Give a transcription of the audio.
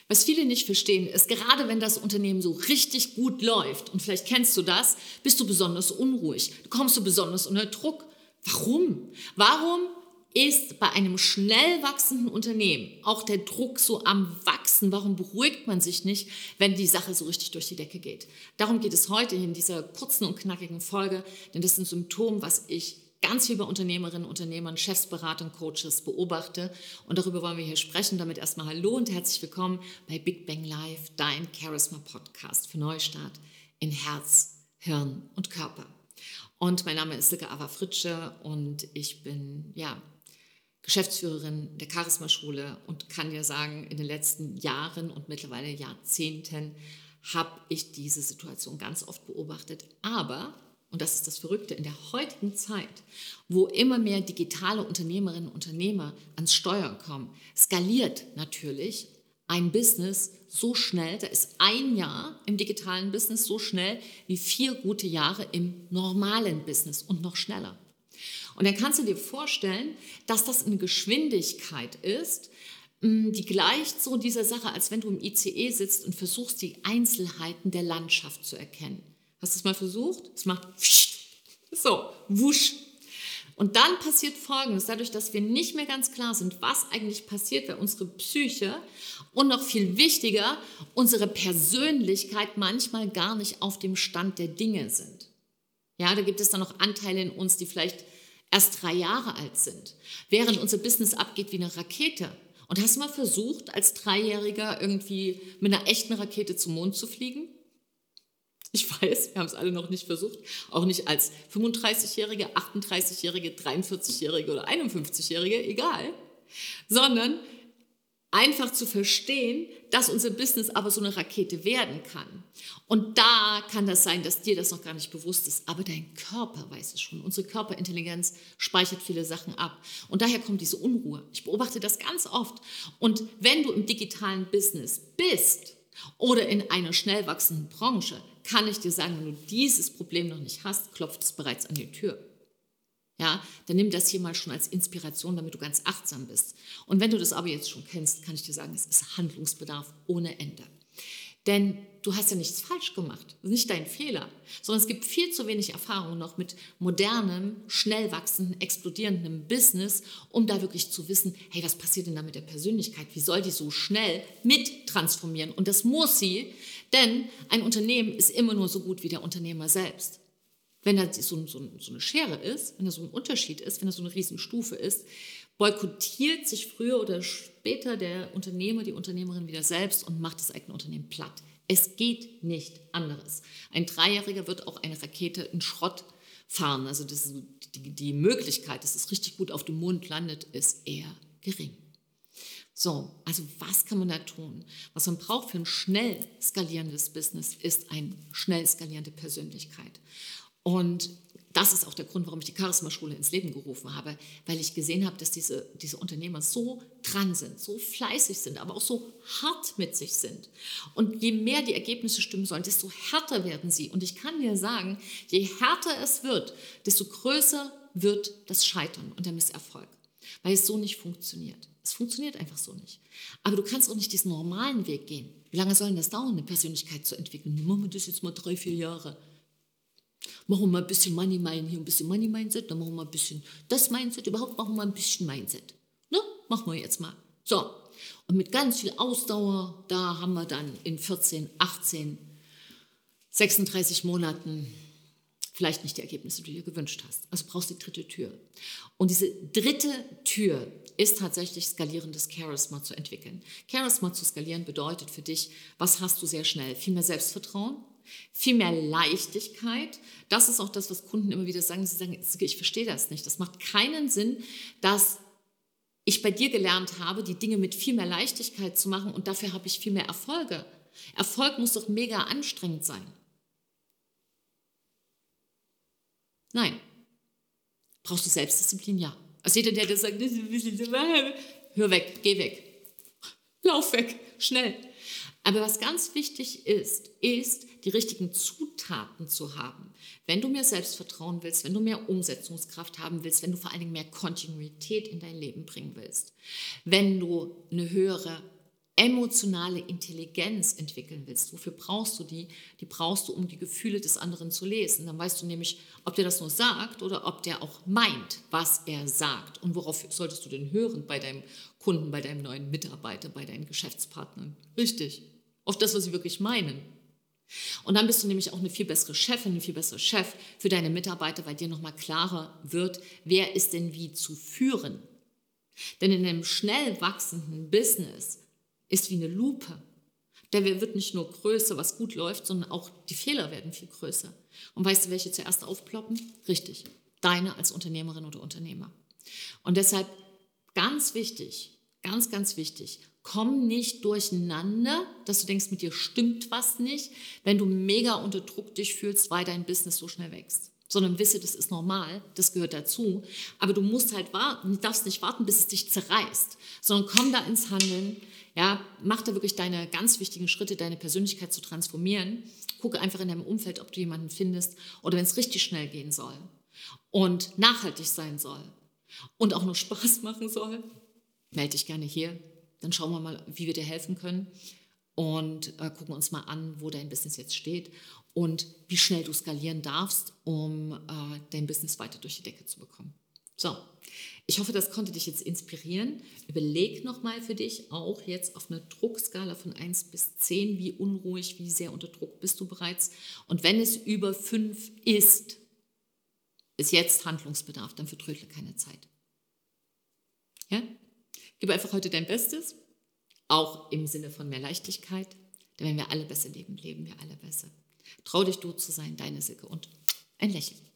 Was viele nicht verstehen, ist, gerade wenn das Unternehmen so richtig gut läuft, und vielleicht kennst du das, bist du besonders unruhig. Du kommst so besonders unter Druck. Warum? Warum ist bei einem schnell wachsenden Unternehmen auch der Druck so am Wachsen? Warum beruhigt man sich nicht, wenn die Sache so richtig durch die Decke geht? Darum geht es heute in dieser kurzen und knackigen Folge, denn das ist ein Symptom, was ich ganz viel bei Unternehmerinnen, Unternehmern, Chefsberatern, Coaches beobachte. Und darüber wollen wir hier sprechen. Damit erstmal hallo und herzlich willkommen bei Big Bang Live, dein Charisma-Podcast für Neustart in Herz, Hirn und Körper. Und mein Name ist Silke Ava-Fritsche und ich bin Geschäftsführerin der Charisma-Schule und kann dir sagen, in den letzten Jahren und mittlerweile Jahrzehnten habe ich diese Situation ganz oft beobachtet. Aber, und das ist das Verrückte, in der heutigen Zeit, wo immer mehr digitale Unternehmerinnen und Unternehmer ans Steuer kommen, skaliert natürlich ein Business so schnell, da ist ein Jahr im digitalen Business so schnell wie 4 gute Jahre im normalen Business und noch schneller. Und dann kannst du dir vorstellen, dass das eine Geschwindigkeit ist, die gleicht so dieser Sache, als wenn du im ICE sitzt und versuchst, die Einzelheiten der Landschaft zu erkennen. Hast du es mal versucht? Es macht so, wusch. Und dann passiert Folgendes, dadurch, dass wir nicht mehr ganz klar sind, was eigentlich passiert, weil unsere Psyche und noch viel wichtiger, unsere Persönlichkeit manchmal gar nicht auf dem Stand der Dinge sind. Ja, da gibt es dann noch Anteile in uns, die vielleicht erst 3 Jahre alt sind, während unser Business abgeht wie eine Rakete. Und hast du mal versucht, als 3-Jähriger irgendwie mit einer echten Rakete zum Mond zu fliegen? Ich weiß, wir haben es alle noch nicht versucht, auch nicht als 35-Jährige, 38-Jährige, 43-Jährige oder 51-Jährige, egal, sondern einfach zu verstehen, dass unser Business aber so eine Rakete werden kann. Und da kann das sein, dass dir das noch gar nicht bewusst ist, aber dein Körper weiß es schon. Unsere Körperintelligenz speichert viele Sachen ab. Und daher kommt diese Unruhe. Ich beobachte das ganz oft. Und wenn du im digitalen Business bist oder in einer schnell wachsenden Branche, kann ich dir sagen, wenn du dieses Problem noch nicht hast, klopft es bereits an die Tür. Ja, dann nimm das hier mal schon als Inspiration, damit du ganz achtsam bist. Und wenn du das aber jetzt schon kennst, kann ich dir sagen, es ist Handlungsbedarf ohne Ende. Denn du hast ja nichts falsch gemacht, das ist nicht dein Fehler, sondern es gibt viel zu wenig Erfahrung noch mit modernem, schnell wachsendem, explodierendem Business, um da wirklich zu wissen, hey, was passiert denn da mit der Persönlichkeit? Wie soll die so schnell mit transformieren? Und das muss sie, denn ein Unternehmen ist immer nur so gut wie der Unternehmer selbst. Wenn da so eine Schere ist, wenn da so ein Unterschied ist, wenn da so eine Riesenstufe ist, boykottiert sich früher oder später der Unternehmer, die Unternehmerin wieder selbst und macht das eigene Unternehmen platt. Es geht nicht anderes. Ein 3-Jähriger wird auch eine Rakete in Schrott fahren. Also die Möglichkeit, dass es richtig gut auf dem Mond landet, ist eher gering. So, also was kann man da tun? Was man braucht für ein schnell skalierendes Business, ist eine schnell skalierende Persönlichkeit. Und das ist auch der Grund, warum ich die Charisma-Schule ins Leben gerufen habe, weil ich gesehen habe, dass diese Unternehmer so dran sind, so fleißig sind, aber auch so hart mit sich sind. Und je mehr die Ergebnisse stimmen sollen, desto härter werden sie. Und ich kann dir sagen, je härter es wird, desto größer wird das Scheitern und der Misserfolg, weil es so nicht funktioniert. Es funktioniert einfach so nicht. Aber du kannst auch nicht diesen normalen Weg gehen. Wie lange soll denn das dauern, eine Persönlichkeit zu entwickeln? Machen wir das jetzt mal 3-4 Jahre. Machen wir mal ein bisschen Money-Mind, hier ein bisschen Money-Mindset, dann machen wir mal ein bisschen das Mindset, überhaupt machen wir mal ein bisschen Mindset. Ne? Machen wir jetzt mal. So, und mit ganz viel Ausdauer, da haben wir dann in 14, 18, 36 Monaten vielleicht nicht die Ergebnisse, die du dir gewünscht hast. Also brauchst du die 3. Tür. Und diese 3. Tür ist tatsächlich skalierendes Charisma zu entwickeln. Charisma zu skalieren bedeutet für dich, was hast du sehr schnell? Viel mehr Selbstvertrauen, viel mehr Leichtigkeit. Das ist auch das, was Kunden immer wieder sagen. Sie sagen, ich verstehe das nicht. Das macht keinen Sinn, dass ich bei dir gelernt habe, die Dinge mit viel mehr Leichtigkeit zu machen und dafür habe ich viel mehr Erfolge. Erfolg muss doch mega anstrengend sein. Nein. Brauchst du Selbstdisziplin? Ja. Also jeder, der sagt, hör weg, geh weg, lauf weg, schnell. Aber was ganz wichtig ist, die richtigen Zutaten zu haben. Wenn du mehr Selbstvertrauen willst, wenn du mehr Umsetzungskraft haben willst, wenn du vor allen Dingen mehr Kontinuität in dein Leben bringen willst, wenn du eine höhere emotionale Intelligenz entwickeln willst, wofür brauchst du die? Die brauchst du, um die Gefühle des anderen zu lesen. Dann weißt du nämlich, ob der das nur sagt oder ob der auch meint, was er sagt. Und worauf solltest du denn hören bei deinem Kunden, bei deinem neuen Mitarbeiter, bei deinen Geschäftspartnern? Richtig, auf das, was sie wirklich meinen. Und dann bist du nämlich auch eine viel bessere Chefin, ein viel besserer Chef für deine Mitarbeiter, weil dir nochmal klarer wird, wer ist denn wie zu führen. Denn in einem schnell wachsenden Business ist wie eine Lupe. Der wird nicht nur größer, was gut läuft, sondern auch die Fehler werden viel größer. Und weißt du, welche zuerst aufploppen? Richtig, deine als Unternehmerin oder Unternehmer. Und deshalb ganz wichtig, ganz, ganz wichtig, komm nicht durcheinander, dass du denkst, mit dir stimmt was nicht, wenn du mega unter Druck dich fühlst, weil dein Business so schnell wächst. Sondern wisse, das ist normal, das gehört dazu. Aber du musst halt warten, darfst nicht warten, bis es dich zerreißt, sondern komm da ins Handeln. Ja, mach da wirklich deine ganz wichtigen Schritte, deine Persönlichkeit zu transformieren. Gucke einfach in deinem Umfeld, ob du jemanden findest oder wenn es richtig schnell gehen soll und nachhaltig sein soll und auch noch Spaß machen soll, melde dich gerne hier. Dann schauen wir mal, wie wir dir helfen können und gucken uns mal an, wo dein Business jetzt steht und wie schnell du skalieren darfst, um dein Business weiter durch die Decke zu bekommen. So, ich hoffe, das konnte dich jetzt inspirieren. Überleg nochmal für dich auch jetzt auf einer Druckskala von 1 bis 10, wie unruhig, wie sehr unter Druck bist du bereits. Und wenn es über 5 ist jetzt Handlungsbedarf, dann vertrödle keine Zeit. Ja? Gib einfach heute dein Bestes, auch im Sinne von mehr Leichtigkeit. Denn wenn wir alle besser leben, leben wir alle besser. Trau dich, du zu sein, deine Silke und ein Lächeln.